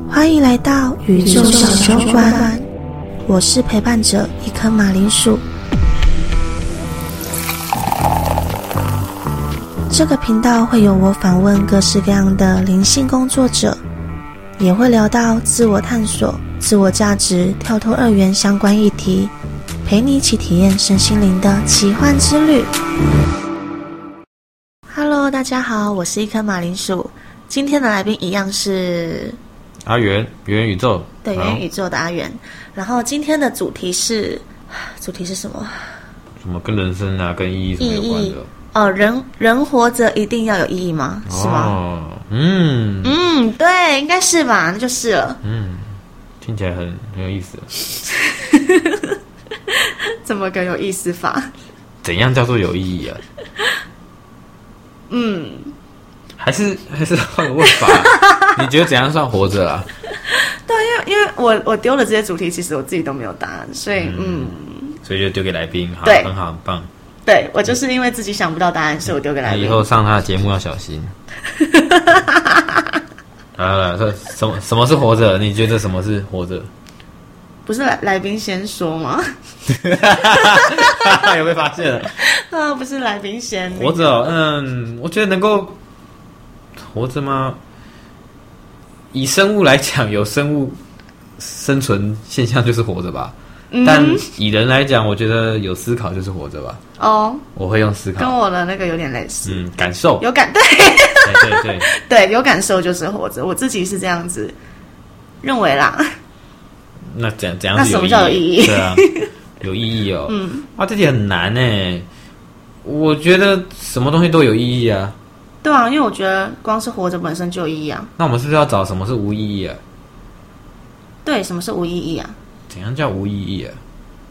欢迎来到宇宙小酒馆，我是陪伴者一颗马铃薯。这个频道会有我访问各式各样的灵性工作者，也会聊到自我探索、自我价值、跳脱二元相关议题，陪你一起体验身心灵的奇幻之旅。Hello， 大家好，我是一颗马铃薯。今天的来宾一样是阿元，元宇宙， 对，元宇宙的阿元。然后今天的主题是什么？ 什么跟人生啊、跟意义什么有关的？ 人活着一定要有意义吗？是吗？对，应该是吧，那就是了。 听起来很有意思。 怎么个有意思法？ 怎样叫做有意义啊？还是换个问法。你觉得怎样算活着啊？ 对，因为我丢了这些主题，其实我自己都没有答案，所以所以就丢给来宾，好， 对， 很好，很棒。 对，我就是因为自己想不到答案，所以我丢给来宾。 以后上他的节目要小心。好了，什么是活着？你觉得什么是活着？ 不是来宾先说吗？ 有被发现了？ 不是来宾先。 活着，我觉得能够活着吗？以生物来讲，有生物生存现象就是活着吧。但以人来讲，我觉得有思考就是活着吧。我会用思考， 跟我的那个有点类似。 感受， 有感，对， 对， 对，有感受就是活着。我自己是这样子认为啦。 那怎样？ 那什么叫有意义？ 对啊，有意义哦。这题很难耶。我觉得什么东西都有意义啊。 对啊，因为我觉得光是活着本身就有意义啊。 那我们是不是要找什么是无意义啊？ 对，什么是无意义啊？ 怎样叫无意义啊？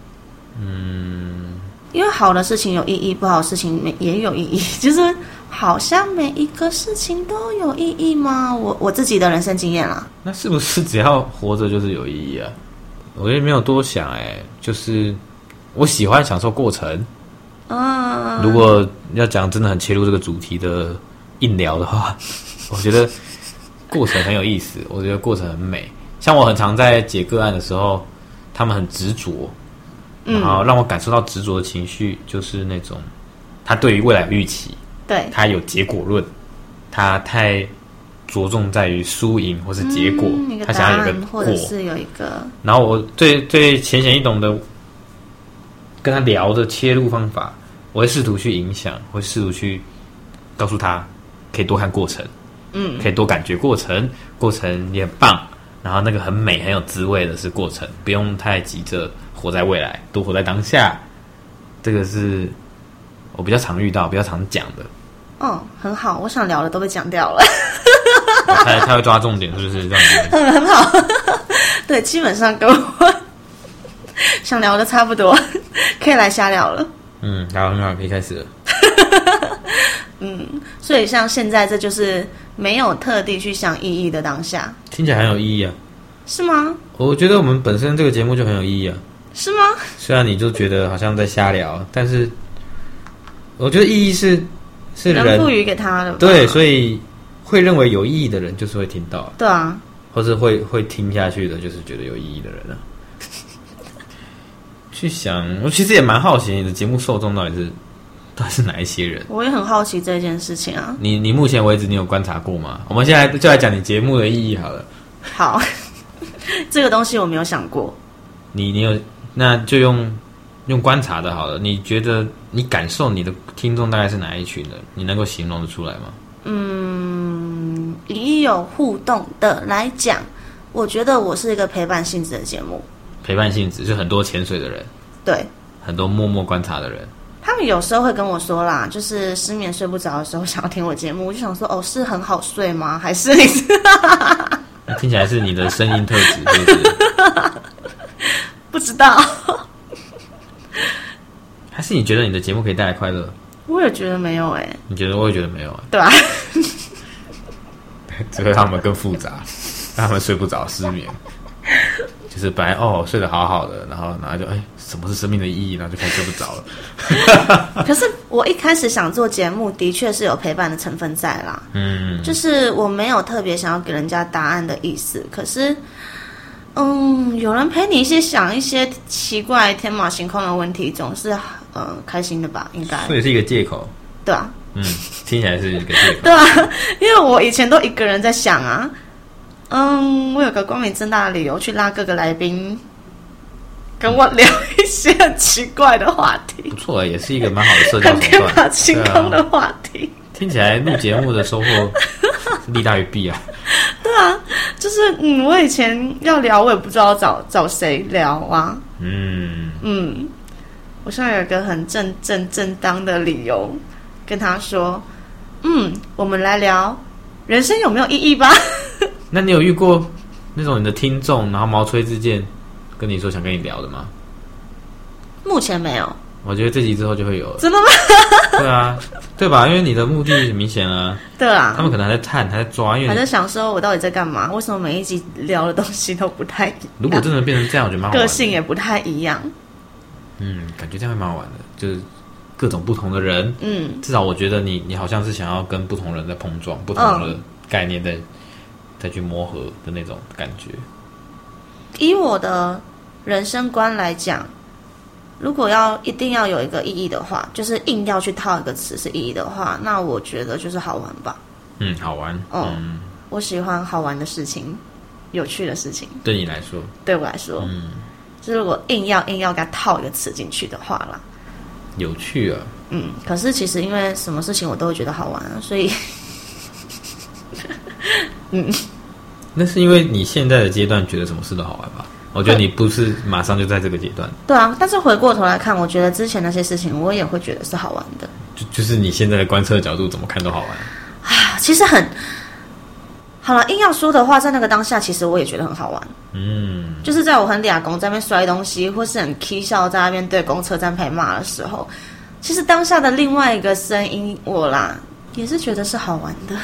因为好的事情有意义，不好的事情也有意义，就是好像每一个事情都有意义吗？我自己的人生经验啦。 那是不是只要活着就是有意义啊？我也没有多想就是我喜欢享受过程。如果要讲真的很切入这个主题的硬聊的话，我觉得过程很有意思，我觉得过程很美。像我很常在解个案的时候，他们很执着，然后让我感受到执着的情绪，就是那种他对于未来有预期， 对， 他有结果论，他太着重在于输赢或是结果，他想要有一个或者是有一个。 然后我最浅显易懂的跟他聊的切入方法，我会试图去影响，会试图去告诉他，可以多看过程，可以多感觉过程，过程也很棒。然后那个很美很有滋味的是过程，不用太急着活在未来，多活在当下。这个是我比较常遇到、比较常讲的。 很好，我想聊的都被讲掉了。 他会抓重点，是不是这样子？ 很好。对，基本上跟我想聊的差不多，可以来瞎聊了。 好，很好，可以开始了。 所以像现在这就是没有特地去想意义的当下， 听起来很有意义啊。 是吗？ 我觉得我们本身这个节目就很有意义啊。 是吗？ 虽然你就觉得好像在瞎聊，但是我觉得意义是人赋予给他的。 对，所以会认为有意义的人就是会听到。 对啊， 或是会听下去的，就是觉得有意义的人啊。去想，我其实也蛮好奇你的节目受众到底是哪一些人？ 我也很好奇这件事情啊。 你目前为止你有观察过吗？我们现在就来讲你节目的意义好了。 好，这个东西我没有想过。 你有，那就用观察的好了。你觉得你感受你的听众大概是哪一群人？你能够形容得出来吗？ 以有互动的来讲，我觉得我是一个陪伴性质的节目。 陪伴性质，就很多潜水的人， 对，很多默默观察的人。 他们有时候会跟我说啦，就是失眠睡不着的时候想要听我节目，我就想说，是很好睡吗？还是你？ 那听起来是你的声音特质，是不是？ 不知道。 还是你觉得你的节目可以带来快乐？ 我也觉得没有你觉得？我也觉得没有对吧？ 只会让他们更复杂，让他们睡不着、失眠。 就是本来睡得好好的，然后就什么是生命的意义，然后就开始睡不着了。 可是我一开始想做节目，的确是有陪伴的成分在啦。就是我没有特别想要给人家答案的意思，可是有人陪你想一些奇怪天马行空的问题，总是开心的吧？应该。 所以是一个借口。 对啊。 听起来是一个借口。 对啊，因为我以前都一个人在想啊。我有个光明正大的理由去拉各个来宾跟我聊一些很奇怪的话题。 不错，也是一个蛮好的社交手段， 很天马行空的话题。 听起来录节目的收获利大于弊啊。 对啊，就是我以前要聊，我也不知道找谁聊啊。我现在有一个很正当的理由跟他说，我们来聊人生有没有意义吧。 那你有遇过那种你的听众然后毛遂自荐跟你说想跟你聊的吗？ 目前没有。 我觉得这集之后就会有了。 真的吗？ 对啊，对吧？因为你的目的很明显啊。 对啊， 他们可能还在探，还在抓，因为还在想说我到底在干嘛？为什么每一集聊的东西都不太一样？ 如果真的变成这样，我觉得蛮好玩的。 个性也不太一样。 感觉这样会蛮好玩的，就是各种不同的人。至少我觉得你好像是想要跟不同人在碰撞，不同的概念再去磨合的那种感觉。 以我的人生观来讲，如果一定要有一个意义的话，就是硬要去套一个词是意义的话，那我觉得就是好玩吧。 好玩。 我喜欢好玩的事情，有趣的事情。 对你来说？ 对我来说，就是如果硬要给它套一个词进去的话啦。 有趣啊。 可是其实因为什么事情我都会觉得好玩啊，所以那是因为你现在的阶段觉得什么事都好玩吧？我觉得你不是马上就在这个阶段。对啊，但是回过头来看，我觉得之前那些事情我也会觉得是好玩的。 就是你现在的观测角度怎么看都好玩啊。其实好了，硬要说的话，在那个当下，其实我也觉得很好玩。就是在我很俩公在那边摔东西，或是很 k 笑在那边对公车站牌骂的时候，其实当下的另外一个声音我啦，也是觉得是好玩的。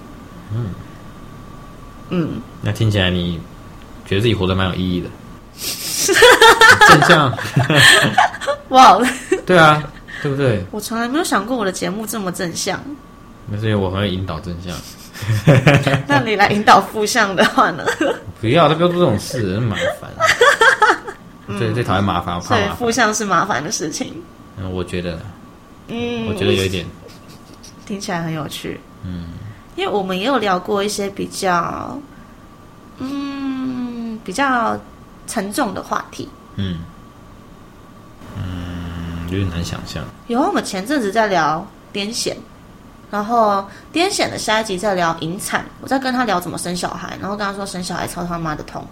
那听起来你觉得自己活得蛮有意义的。正向。 哇。 对啊，对不对？ 我从来没有想过我的节目这么正向。 那是因为我很会引导正向。 那你来引导负向的话呢？ 不要，他不要做这种事，很麻烦。最讨厌麻烦，我怕麻烦。 所以负向是麻烦的事情。 我觉得，我觉得有一点听起来很有趣。因为我们也有聊过一些比较沉重的话题。 有点难想象。 有啊，我们前阵子在聊癫痫，然后癫痫的下一集在聊引产，我在跟他聊怎么生小孩，然后跟他说生小孩超他妈的痛。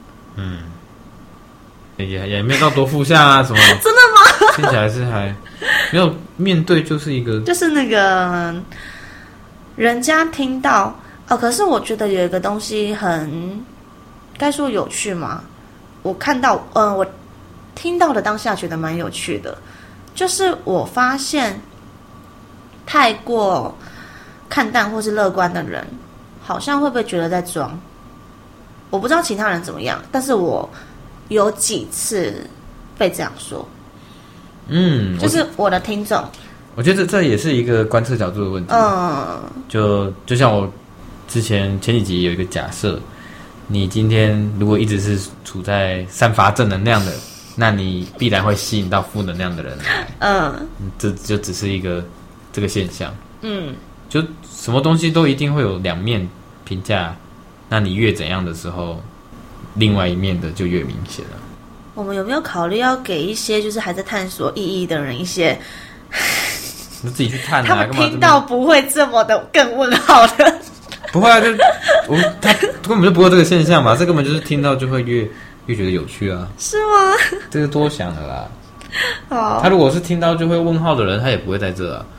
也没有到多负向啊什么。 真的吗？ 听起来是还没有面对，就是一个就是那个人家听到可是我觉得有一个东西很该说有趣吗？我看到我听到的当下觉得蛮有趣的，就是我发现太过看淡或是乐观的人，好像会不会觉得在装？我不知道其他人怎么样，但是我有几次被这样说。就是我的听众， 我觉得这也是一个观测角度的问题。就像我前几集有一个假设，你今天如果一直是处在散发正能量的，那你必然会吸引到负能量的人来。这就只是一个这个现象。就什么东西都一定会有两面评价，那你越怎样的时候，另外一面的就越明显了。 我们有没有考虑要给一些就是还在探索意义的人一些你自己去探他们听到不会这么的更问号的？ 不会啊，他根本就不会这个现象嘛，这根本就是听到就会越觉得有趣啊。 是吗？ 这个多想的啦。他如果是听到就会问号的人，他也不会在这啊。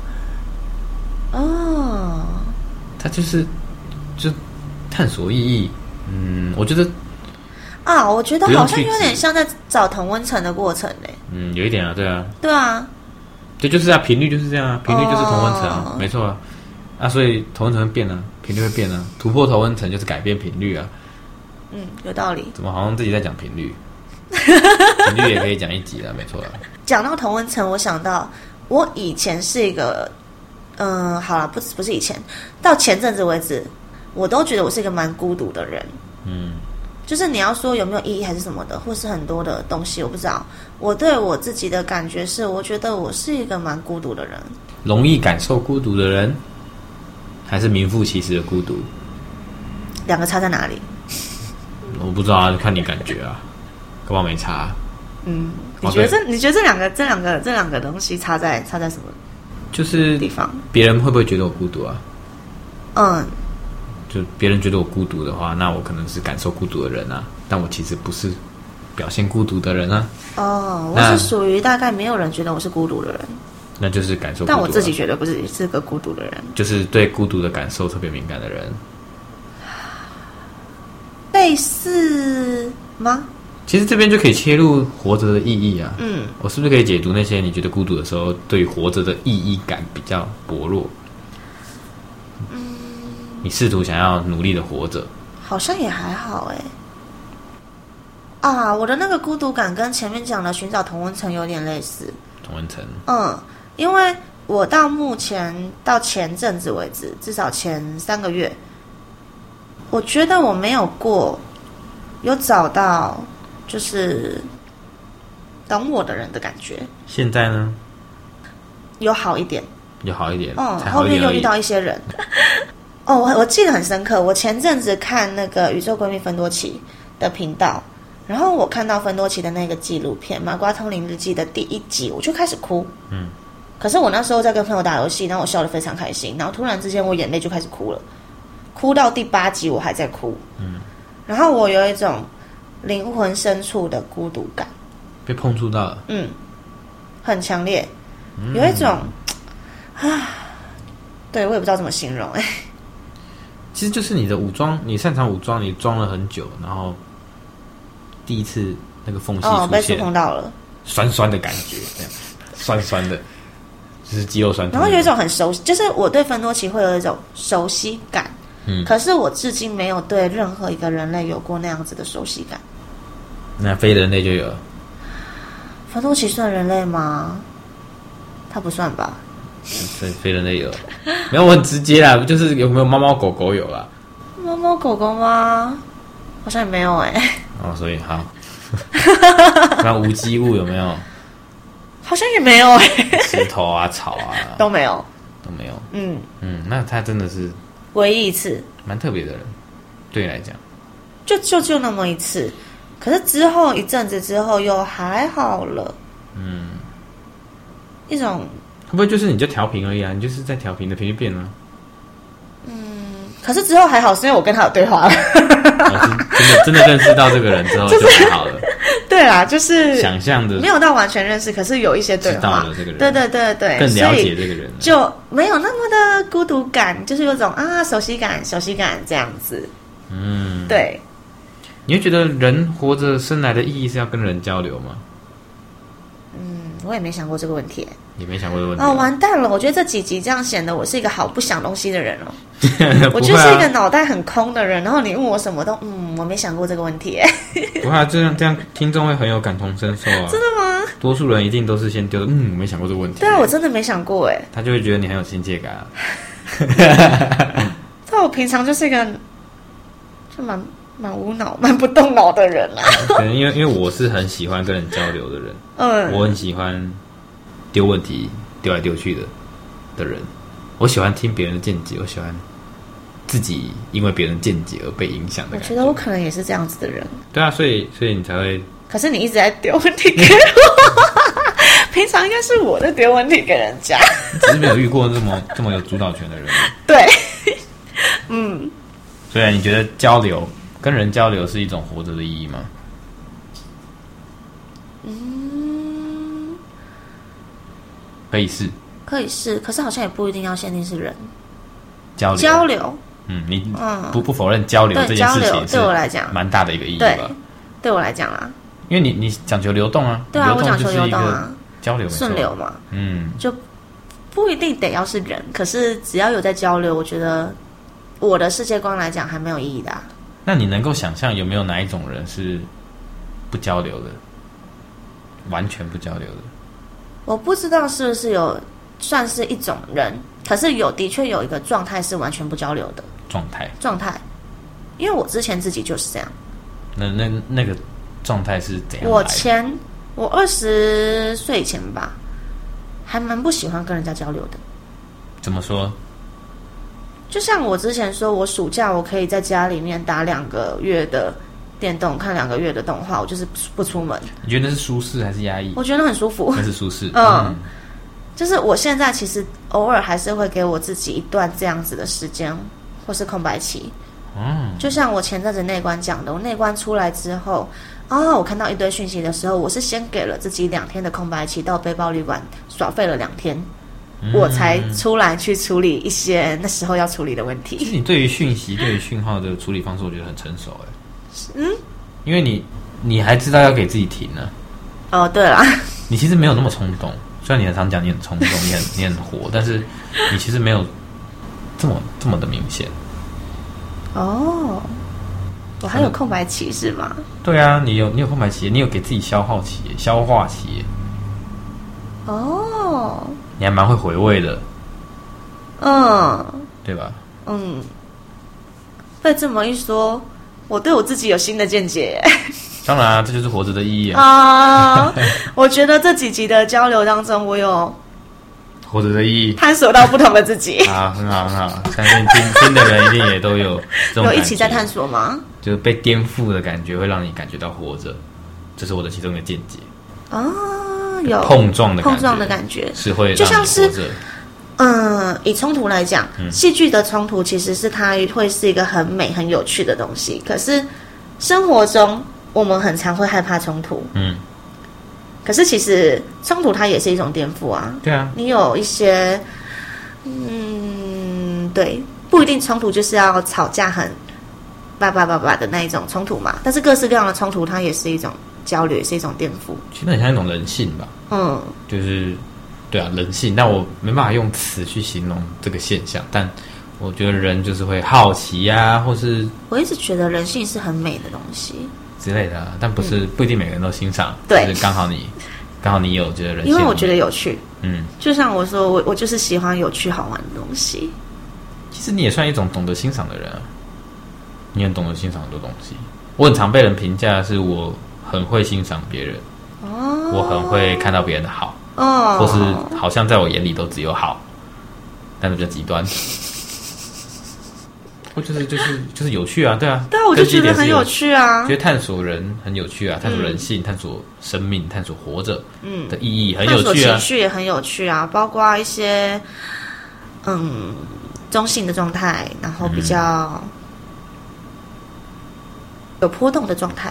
他就探索意义。我觉得我觉得好像有点像在找同温层的过程嘞。 有一点啊，对啊。 对啊。 对，就是啊，频率就是这样啊，频率就是同温层啊，没错啊。所以同温层会变啊，频率会变啊，突破同温层就是改变频率啊。 有道理。 怎么好像自己在讲频率？频率也可以讲一集了，没错啦。 讲到同温层，我想到我以前是一个，好了，不是以前，到前阵子为止，我都觉得我是一个蛮孤独的人。就是你要说有没有意义还是什么的，或是很多的东西，我不知道。我对我自己的感觉是，我觉得我是一个蛮孤独的人。 容易感受孤独的人，还是名副其实的孤独？ 两个差在哪里？ 我不知道啊，就看你感觉啊，搞不好没差。 你觉得这两个东西差在什么？ 就是地方， 别人会不会觉得我孤独啊？就别人觉得我孤独的话，那我可能是感受孤独的人啊，但我其实不是表现孤独的人啊。 我是属于大概没有人觉得我是孤独的人， 那就是感受孤独但我自己觉得不是个孤独的人， 就是对孤独的感受特别敏感的人。 类似吗？ 其实这边就可以切入活着的意义啊。我是不是可以解读那些你觉得孤独的时候，对于活着的意义感比较薄弱？你试图想要努力的活着， 好像也还好我的那个孤独感跟前面讲的寻找同温层有点类似。 同温层， 因为我到目前到前阵子为止，至少前3个月，我觉得我没有找到就是懂我的人的感觉。 现在呢？ 有好一点， 后面又遇到一些人。我记得很深刻。我前阵子看那个宇宙闺蜜芬多奇的频道，然后我看到芬多奇的那个纪录片《麻瓜通灵日记》的第1集，我就开始哭。可是我那时候在跟朋友打游戏，然后我笑得非常开心，然后突然之间我眼泪就开始哭了，哭到第8集我还在哭。然后我有一种灵魂深处的孤独感， 被碰触到了。 很强烈，有一种对，我也不知道怎么形容。 其实就是你的武装，你擅长武装，你装了很久，然后第一次那个缝隙出现， 被触碰到了， 酸酸的感觉，这样酸酸的，就是肌肉酸痛。 然后有一种很熟悉，就是我对芬多奇会有一种熟悉感。可是我至今没有对任何一个人类有过那样子的熟悉感。 那非人类就有了。 芬多奇算人类吗？他不算吧。 非人类有，没有，我很直接啦，就是有没有猫猫狗狗有啦？ 猫猫狗狗吗？好像也没有所以好，那无机物有没有？ 好像也没有石头啊、草啊都没有。 那他真的是唯一一次， 蛮特别的人，对你来讲， 就那么一次。可是之后一阵子之后又还好了。一种会不会就是你就调频而已啊？你就是在调频的频率变了。 可是之后还好，是因为我跟他有对话了。 真的认识到这个人之后就还好了。 对啦，就是想象的没有到完全认识，可是有一些对话， 知道了这个人， 对， 更了解这个人， 就没有那么的孤独感，就是有种熟悉感这样子。对。 你会觉得人活着生来的意义是要跟人交流吗？ 我也没想过这个问题。 你没想过这个问题？ 完蛋了！我觉得这几集这样显得我是一个好不想东西的人我就是一个脑袋很空的人。然后你问我什么都我没想过这个问题。 不怕这样听众会很有感同身受啊。 真的吗？ 多数人一定都是先丢的，我没想过这个问题。 对啊，我真的没想过他就会觉得你很有亲切感啊。 但我平常就是一个就蛮无脑、蛮不动脑的人可能因为我是很喜欢跟人交流的人。我很喜欢丢问题丢来丢去的人。我喜欢听别人的见解，我喜欢自己因为别人见解而被影响的感觉。 我觉得我可能也是这样子的人。 对啊，所以你才会。 可是你一直在丢问题给我。平常应该是我在丢问题给人家。 只是没有遇过这么有主导权的人。 对。 所以你觉得跟人交流是一种活着的意义吗？可以是， 可是好像也不一定要限定是人交流。你不否认交流这件事情对我来讲蛮大的一个意义吧？ 对我来讲啦， 因为你讲求流动啊， 对啊，我讲求流动啊， 交流顺流嘛，就不一定得要是人，可是只要有在交流，我觉得我的世界观来讲还蛮有意义的。 那你能够想象有没有哪一种人是不交流的，完全不交流的？ 我不知道是不是有算是一种人，可是的确有一个状态是完全不交流的状态。 因为我之前自己就是这样。 那个状态是怎样？我20岁以前吧，还蛮不喜欢跟人家交流的。 怎么说？ 就像我之前说，我暑假我可以在家里面打2个月的电动，看2个月的动画，我就是不出门。 你觉得是舒适还是压抑？ 我觉得很舒服。 那是舒适。 就是我现在其实偶尔还是会给我自己一段这样子的时间，或是空白期。就像我前阵子内观讲的，我内观出来之后，我看到一堆讯息的时候，我是先给了自己2天的空白期，到背包旅馆耍废了2天，我才出来去处理一些那时候要处理的问题。 其实你对于讯息、对于讯号的处理方式，我觉得很成熟因为你还知道要给自己停呢。 对啦， 你其实没有那么冲动，虽然你很常讲你很冲动，你很火，但是你其实没有这么的明显。 我还有空白期是吗？ 对啊，你有空白期，你有给自己消化期。你还蛮会回味的。对吧？ 被这么一说，我对我自己有新的见解。 当然这就是活着的意义我觉得这几集的交流当中，我有活着的意义， 探索到不同的自己。 很好，相信听的人一定也都有这种感觉。 有一起在探索吗？ 就是被颠覆的感觉会让你感觉到活着，这是我的其中一个见解。 有碰撞的感觉是会就像是活着。 以冲突来讲，戏剧的冲突其实是它会是一个很美很有趣的东西，可是生活中我们很常会害怕冲突。可是其实冲突它也是一种颠覆啊。 对啊， 你有一些对，不一定冲突就是要吵架很叭的那一种冲突嘛，但是各式各样的冲突它也是一种交流，也是一种颠覆。 其实很像一种人性吧。就是对啊，人性，但我没办法用词去形容这个现象，但我觉得人就是会好奇啊，或是我一直觉得人性是很美的东西之类的但不一定每个人都欣赏。 对， 就是刚好你有觉得人性， 因为我觉得有趣。就像我说，我就是喜欢有趣好玩的东西。 其实你也算一种懂得欣赏的人啊，你很懂得欣赏很多东西。我很常被人评价是我很会欣赏别人，我很会看到别人的好，或是好像在我眼里都只有好，但是比较极端。或就是有趣啊，对啊， 我就觉得很有趣啊， 觉得探索人很有趣啊，探索人性，探索生命，探索活着的意义很有趣啊，探索情绪也很有趣啊，包括一些中性的状态，然后比较有波动的状态。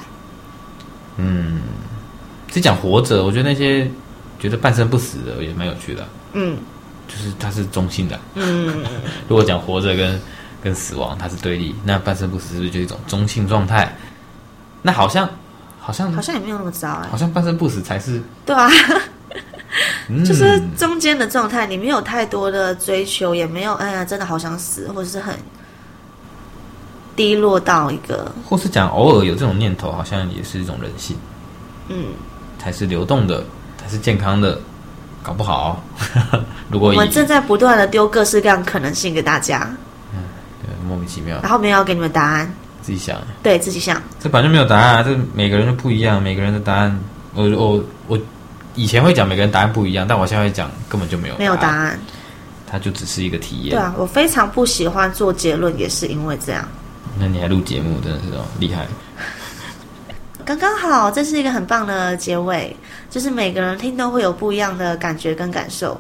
只讲活着，我觉得那些觉得半生不死的也蛮有趣的。就是它是中性的。如果讲活着跟死亡它是对立，那半生不死是不是就一种中性状态？那好像也没有那么糟好像半生不死才是。 对啊。就是中间的状态，你没有太多的追求，也没有真的好想死，或者是很低落到一个， 或是讲偶尔有这种念头，好像也是一种人性。才是流动的，才是健康的，搞不好如果我们正在不断的丢各式各样可能性给大家。 对，莫名其妙， 然后没有要给你们答案， 自己想。 对，自己想。 这本来就没有答案这每个人都不一样，每个人的答案，我以前会讲每个人答案不一样，但我现在会讲根本就没有答案，它就只是一个体验。 对啊，我非常不喜欢做结论，也是因为这样。 那你还录节目，真的是厉害。 刚刚好，这是一个很棒的结尾，就是每个人听都会有不一样的感觉跟感受。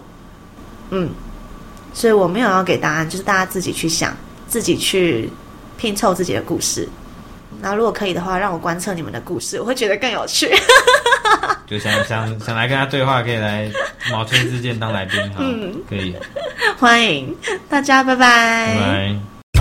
所以我没有要给答案，就是大家自己去想，自己去拼凑自己的故事。然后如果可以的话，让我观测你们的故事，我会觉得更有趣。 就想来跟他对话，可以来毛圈之间当来宾哈。可以， 欢迎大家，拜拜， 拜拜。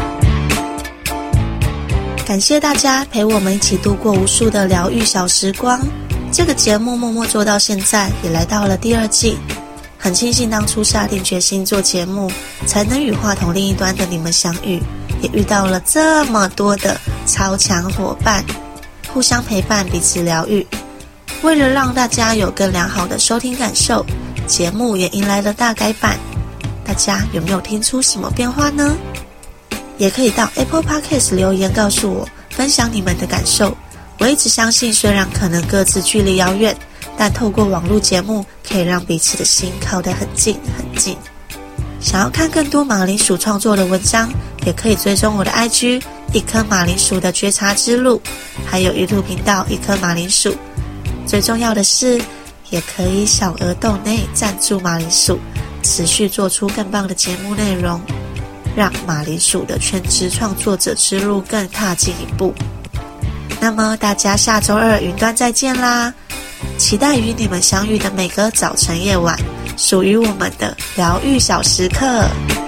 感谢大家陪我们一起度过无数的疗愈小时光。这个节目默默做到现在，也来到了第2季。很庆幸当初下定决心做节目，才能与话筒另一端的你们相遇，也遇到了这么多的超强伙伴，互相陪伴，彼此疗愈。为了让大家有更良好的收听感受，节目也迎来了大改版。大家有没有听出什么变化呢？也可以到 Apple Podcast 留言告诉我，分享你们的感受。我一直相信，虽然可能各自距离遥远，但透过网络节目可以让彼此的心靠得很近很近。想要看更多马铃薯创作的文章，也可以追踪我的 IG 一颗马铃薯的觉察之路，还有 YouTube 频道一颗马铃薯。最重要的是，也可以小额斗内赞助马铃薯，持续做出更棒的节目内容，让马铃薯的全职创作者之路更踏进一步。那么大家下周二云端再见啦！期待与你们相遇的每个早晨夜晚，属于我们的疗愈小时刻。